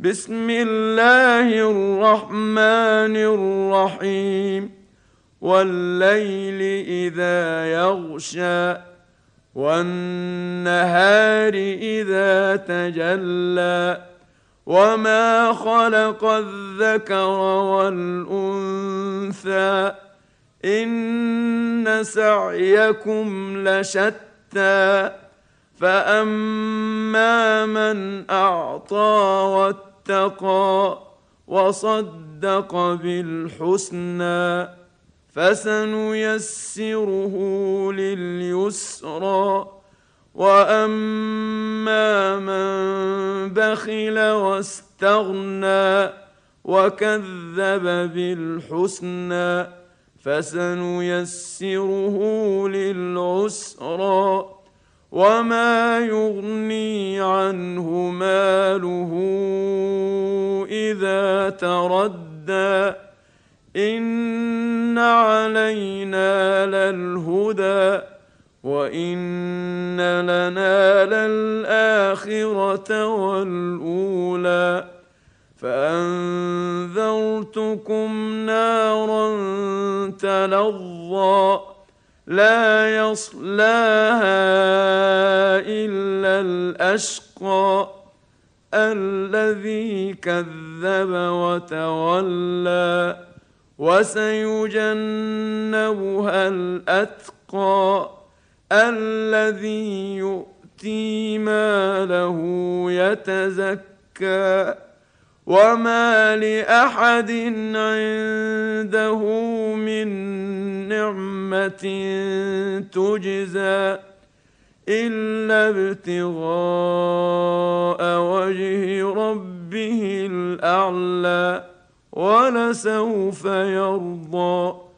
بسم الله الرحمن الرحيم. والليل إذا يغشى والنهار إذا تجلى وما خلق الذكر والأنثى إن سعيكم لشتى فأما من أعطى واتقى وصدق بالحسنى فسنيسره لليسرى وأما من بخل واستغنى وكذب بالحسنى فسنيسره للعسرى وما يغني عنه ماله إذا تردى إن علينا للهدى وإن لنا للآخرة والأولى فأنذرتكم نارا تلظى لا يصلاها إلا الأشقى الذي كذب وتولى وسيجنبها الأتقى الذي يؤتي ماله يتزكى وما لأحد عنده من نعمة تجزى إلا ابتغاء وجه ربه الأعلى ولسوف يرضى.